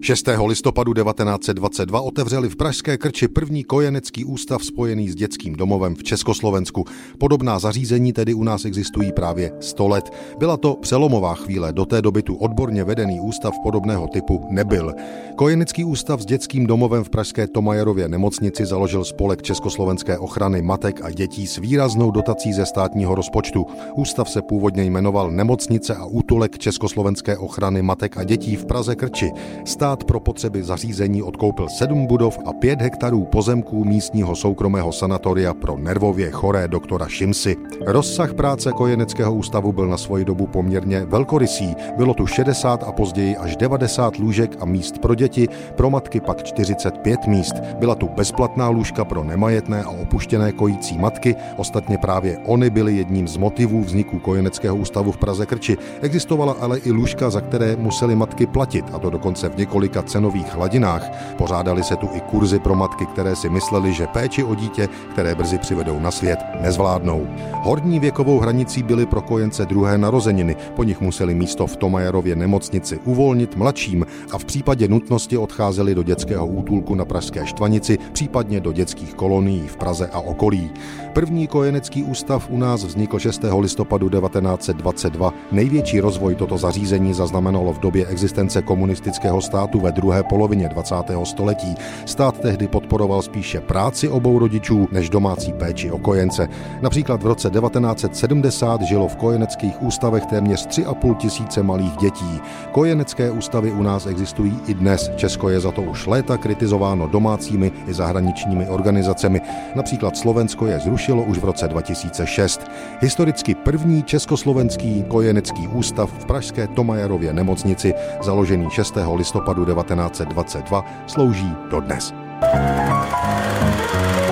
6. listopadu 1922 otevřeli v pražské Krči první kojenecký ústav spojený s dětským domovem v Československu. Podobná zařízení tedy u nás existují právě 100 let. Byla to přelomová chvíle, do té doby tu odborně vedený ústav podobného typu nebyl. Kojenecký ústav s dětským domovem v pražské Thomayerově nemocnici založil spolek Československé ochrany matek a dětí s výraznou dotací ze státního rozpočtu. Ústav se původně jmenoval Nemocnice a útulek Československé ochrany matek a dětí v Praze Krči. Stát pro potřeby zařízení odkoupil 7 budov a 5 hektarů pozemků místního soukromého sanatoria pro nervově choré doktora Šimsy. Rozsah práce kojeneckého ústavu byl na svoji dobu poměrně velkorysý. Bylo tu 60 a později až 90 lůžek a míst pro děti, pro matky pak 45 míst. Byla tu bezplatná lůžka pro nemajetné a opuštěné kojící matky, ostatně právě ony byly jedním z motivů vzniku kojeneckého ústavu v Praze Krči. Existovala ale i lůžka, za které musely matky platit, a to dokonce v několika cenových hladinách. Pořádali se tu i kurzy pro matky, které si mysleli, že péči o dítě, které brzy přivedou na svět, nezvládnou. Horní věkovou hranicí byly pro kojence druhé narozeniny, po nich museli místo v Thomayerově nemocnici uvolnit mladším a v případě nutnosti odcházeli do dětského útulku na pražské Štvanici, případně do dětských kolonií v Praze a okolí. První kojenecký ústav u nás vznikl 6. listopadu 1922. Největší rozvoj toto zařízení zaznamenalo v době existence komunistického státu ve druhé polovině 20. století. Stát tehdy podporoval spíše práci obou rodičů než domácí péči o kojence. Například v roce 1970 žilo v kojeneckých ústavech téměř 3,5 tisíce malých dětí. Kojenecké ústavy u nás existují i dnes. Česko je za to už léta kritizováno domácími i zahraničními organizacemi. Například Slovensko je zrušilo už v roce 2006. Historicky první československý kojenecký ústav v pražské Thomayerově nemocnici, založený 6. listopadu 1922, slouží dodnes.